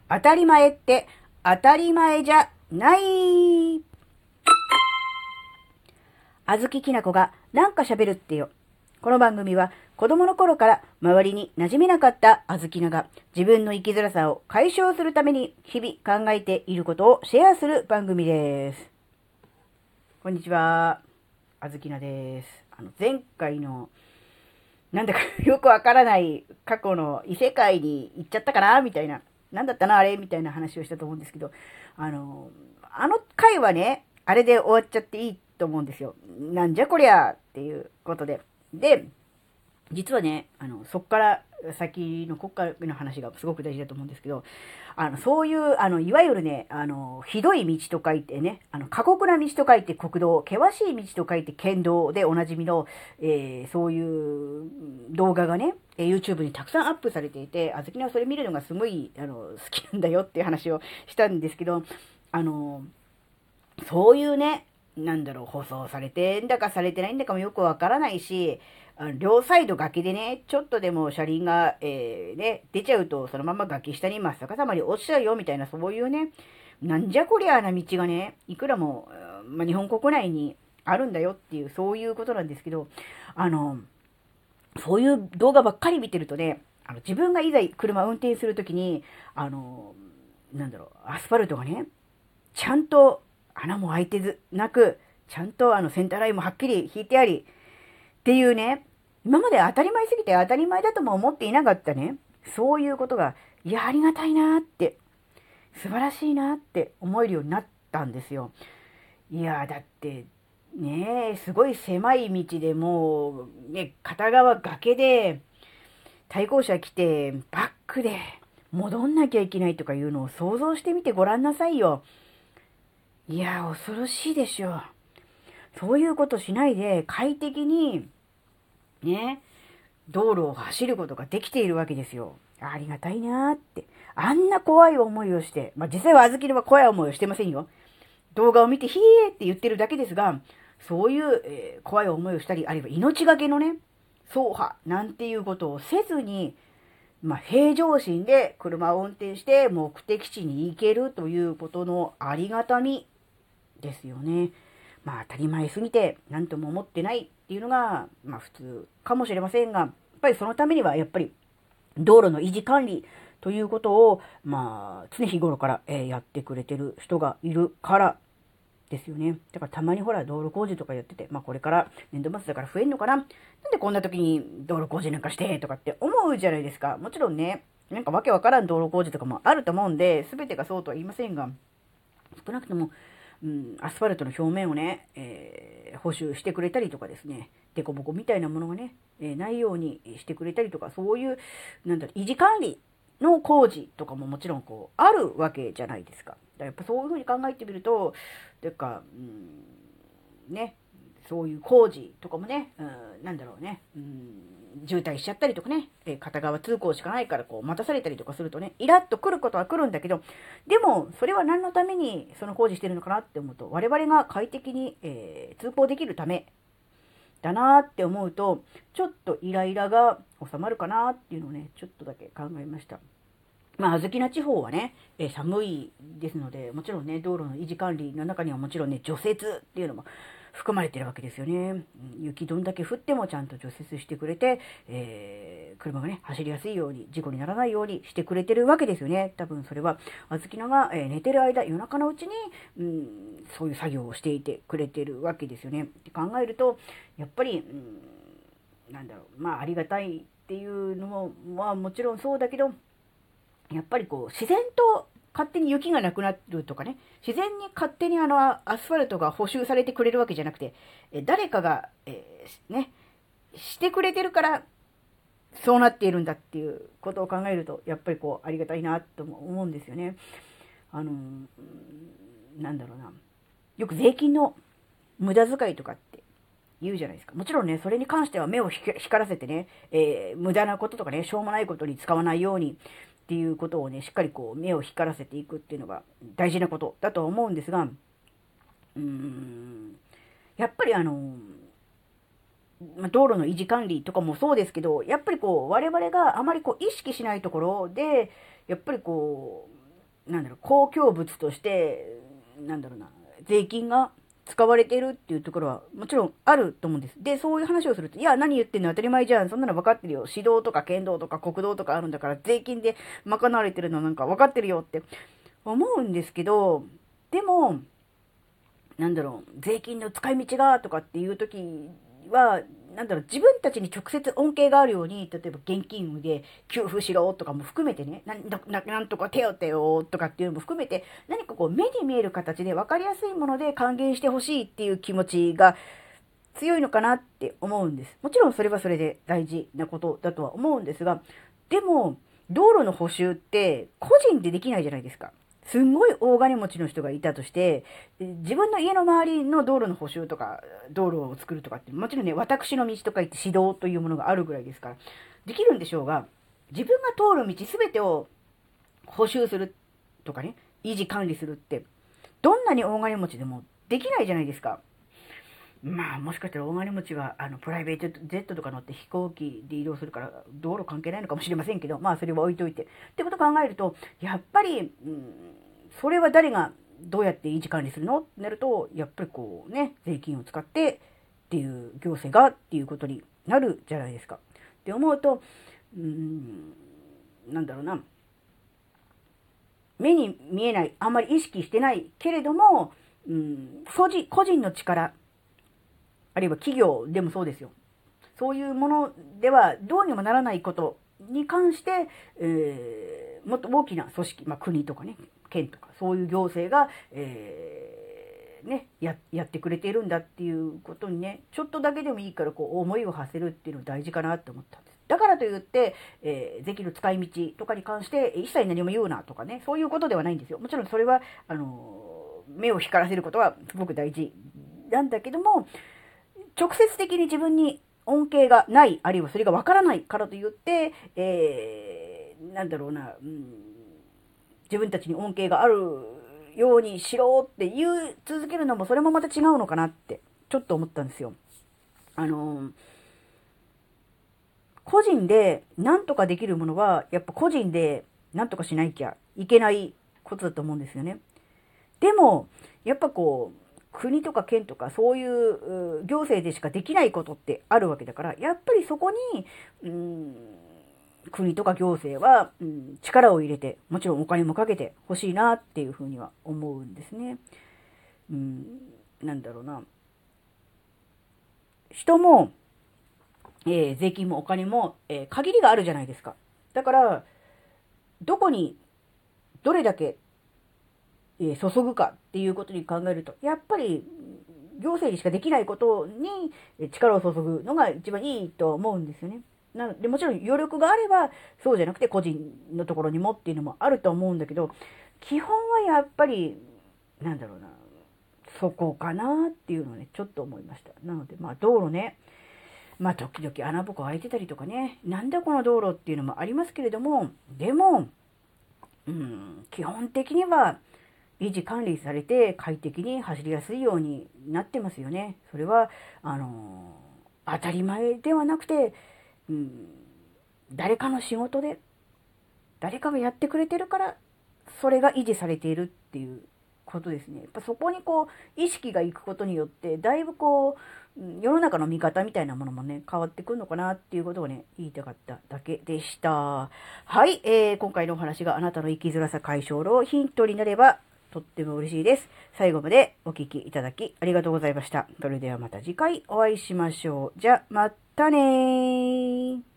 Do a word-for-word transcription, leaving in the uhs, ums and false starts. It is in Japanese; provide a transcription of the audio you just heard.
当たり前って当たり前じゃない。あずききなこがなんか喋るってよ。この番組は子供の頃から周りに馴染めなかったあずきなが自分の生きづらさを解消するために日々考えていることをシェアする番組です。こんにちは。あずきなです。あの前回のなんだかよくわからない過去の異世界に行っちゃったかなみたいな。なんだったなあれみたいな話をしたと思うんですけど、あの、あの回はね、あれで終わっちゃっていいと思うんですよ。なんじゃこりゃっていうことで。で、実はね、あの、そっから先の国家の話がすごく大事だと思うんですけど、あの、そういう、あの、いわゆるね、あの、ひどい道と書いてね、あの、過酷な道と書いて国道、険しい道と書いて県道でおなじみの、えー、そういう動画がね、YouTube にたくさんアップされていて、あずきなはそれ見るのがすごい、あの、好きなんだよっていう話をしたんですけど、あの、そういうね、なんだろう、舗装されてんだかされてないんだかもよくわからないし、あの両サイド崖でね、ちょっとでも車輪が、えー、ね、出ちゃうと、そのまま崖下に真っ逆さまに落ちちゃうよ、みたいな、そういうね、なんじゃこりゃな道がね、いくらも、まあ、日本国内にあるんだよっていう、そういうことなんですけど、あの、そういう動画ばっかり見てるとね、あの自分がいざ車運転するときに、あの、なんだろう、アスファルトがね、ちゃんと穴も開いてずなく、ちゃんとあのセンターラインもはっきり引いてあり、っていうね、今まで当たり前すぎて当たり前だとも思っていなかったね、そういうことが、いや、ありがたいなって、素晴らしいなって思えるようになったんですよ。いや、だって、ねえ、すごい狭い道でもう、ね、片側崖で、対向車来て、バックで戻んなきゃいけないとかいうのを想像してみてごらんなさいよ。いや、恐ろしいでしょ。そういうことしないで快適に、ね、道路を走ることができているわけですよ。ありがたいなーって。あんな怖い思いをして、まあ、実際はあずきのは怖い思いをしてませんよ。動画を見てヒーって言ってるだけですが、そういう、えー、怖い思いをしたり、あるいは命がけのね、走破なんていうことをせずに、まあ、平常心で車を運転して目的地に行けるということのありがたみですよね。まあ当たり前すぎて何とも思ってないっていうのが、まあ普通かもしれませんが、やっぱりそのためにはやっぱり道路の維持管理ということを、まあ常日頃から、えー、やってくれてる人がいるからですよね。だからたまにほら道路工事とかやってて、まあこれから年度末だから増えんのかな。なんでこんな時に道路工事なんかしてとかって思うじゃないですか。もちろんね、なんかわけわからん道路工事とかもあると思うんで、全てがそうとは言いませんが、少なくとも、うん、アスファルトの表面をね、えー、補修してくれたりとかですね、デコボコみたいなものがね、えー、ないようにしてくれたりとか、そういう、なんだろう、維持管理の工事とかももちろんこう、あるわけじゃないですか。だからやっぱそういうふうに考えてみると、というか、うん、ね、そういう工事とかもね、うん、なんだろうね、うん、渋滞しちゃったりとかね、え片側通行しかないからこう待たされたりとかするとね、イラッと来ることは来るんだけど、でもそれは何のためにその工事してるのかなって思うと、我々が快適に、えー、通行できるためだなって思うと、ちょっとイライラが収まるかなっていうのをね、ちょっとだけ考えました。まあ、小豆な地方はね、えー、寒いですので、もちろんね、道路の維持管理の中にはもちろんね、除雪っていうのも含まれてるわけですよね。雪どんだけ降ってもちゃんと除雪してくれて、えー、車がね、走りやすいように、事故にならないようにしてくれてるわけですよね。多分それは、小豆菜が、えー、寝てる間、夜中のうちに、うん、そういう作業をしていてくれてるわけですよね。って考えると、やっぱり、うん、なんだろう、まあ、ありがたいっていうのも、まあ、もちろんそうだけど、やっぱりこう、自然と勝手に雪がなくなるとかね、自然に勝手にあの、アスファルトが補修されてくれるわけじゃなくて、え誰かが、えー、ね、してくれてるから、そうなっているんだっていうことを考えると、やっぱりこう、ありがたいなと思うんですよね。あの、なんだろうな。よく税金の無駄遣いとかって言うじゃないですか。もちろんね、それに関しては目を光らせてね、えー、無駄なこととかね、しょうもないことに使わないようにっていうことをね、しっかりこう、目を光らせていくっていうのが大事なことだとは思うんですが、うーん、やっぱりあの、道路の維持管理とかもそうですけど、やっぱりこう、我々があまりこう、意識しないところで、やっぱりこなんだろう、公共物として、なんだろうな、税金が使われているっていうところはもちろんあると思うんです。で、そういう話をすると、いや、何言ってんの当たり前じゃん。そんなの分かってるよ。市道とか県道とか国道とかあるんだから、税金で賄われてるのなんか分かってるよって思うんですけど、でも、なんだろう、税金の使い道がとかっていう時は、なんだろう、自分たちに直接恩恵があるように、例えば現金で給付しろとかも含めてね、なんななんとか手当てよとかっていうのも含めて、何かこう目に見える形で分かりやすいもので還元してほしいっていう気持ちが強いのかなって思うんです。もちろんそれはそれで大事なことだとは思うんですが、でも、道路の補修って個人でできないじゃないですか。すんごい大金持ちの人がいたとして、自分の家の周りの道路の補修とか、道路を作るとかって、もちろんね、私の道とか言って指導というものがあるぐらいですから、できるんでしょうが、自分が通る道すべてを補修するとかね、維持管理するって、どんなに大金持ちでもできないじゃないですか。まあ、もしかしたら大金持ちは、あの、プライベートジェットとか乗って飛行機で移動するから、道路関係ないのかもしれませんけど、まあ、それは置いといて。ってことを考えると、やっぱり、うん、それは誰がどうやって維持管理するのってなると、やっぱりこうね、税金を使ってっていう行政がっていうことになるじゃないですか。って思うと、うん、なんだろうな。目に見えない、あんまり意識してないけれども、うん、個人個人の力、あるいは企業でもそうですよ。そういうものではどうにもならないことに関して、えー、もっと大きな組織、まあ、国とかね、県とか、そういう行政が、えー、ね、や、やってくれているんだっていうことにね、ちょっとだけでもいいからこう思いを馳せるっていうのが大事かなって思ったんです。だからといって、えー、税金の使い道とかに関して一切何も言うなとかね、そういうことではないんですよ。もちろんそれは、あのー、目を光らせることはすごく大事なんだけども、直接的に自分に恩恵がない、あるいはそれがわからないからといって、えー、なんだろうな、うん、自分たちに恩恵があるようにしろって言う続けるのもそれもまた違うのかなってちょっと思ったんですよ。あの個人で何とかできるものはやっぱ個人で何とかしなきゃいけないことだと思うんですよね。でもやっぱこう国とか県とかそういう行政でしかできないことってあるわけだから、やっぱりそこに、うん、国とか行政は、うん、力を入れて、もちろんお金もかけてほしいなっていうふうには思うんですね。うん、なんだろうな。人も、えー、税金もお金も、えー、限りがあるじゃないですか。だから、どこにどれだけえ注ぐかっていうことに考えると、やっぱり行政にしかできないことに力を注ぐのが一番いいと思うんですよね。なので、もちろん余力があれば、そうじゃなくて個人のところにもっていうのもあると思うんだけど、基本はやっぱり、なんだろうな、そこかなっていうのをね、ちょっと思いました。なので、まあ道路ね、まあ時々穴ぼこ開いてたりとかね、なんだこの道路っていうのもありますけれども、でも、うん、基本的には、維持管理されて快適に走りやすいようになってますよね。それは、あのー、当たり前ではなくて、うん、誰かの仕事で、誰かがやってくれてるから、それが維持されているっていうことですね。やっぱそこにこう、意識がいくことによって、だいぶこう、世の中の見方みたいなものもね、変わってくるのかなっていうことをね、言いたかっただけでした。はい、えー、今回のお話があなたの生きづらさ解消のヒントになれば、とっても嬉しいです。最後までお聞きいただきありがとうございました。それではまた次回お会いしましょう。じゃ、またねー。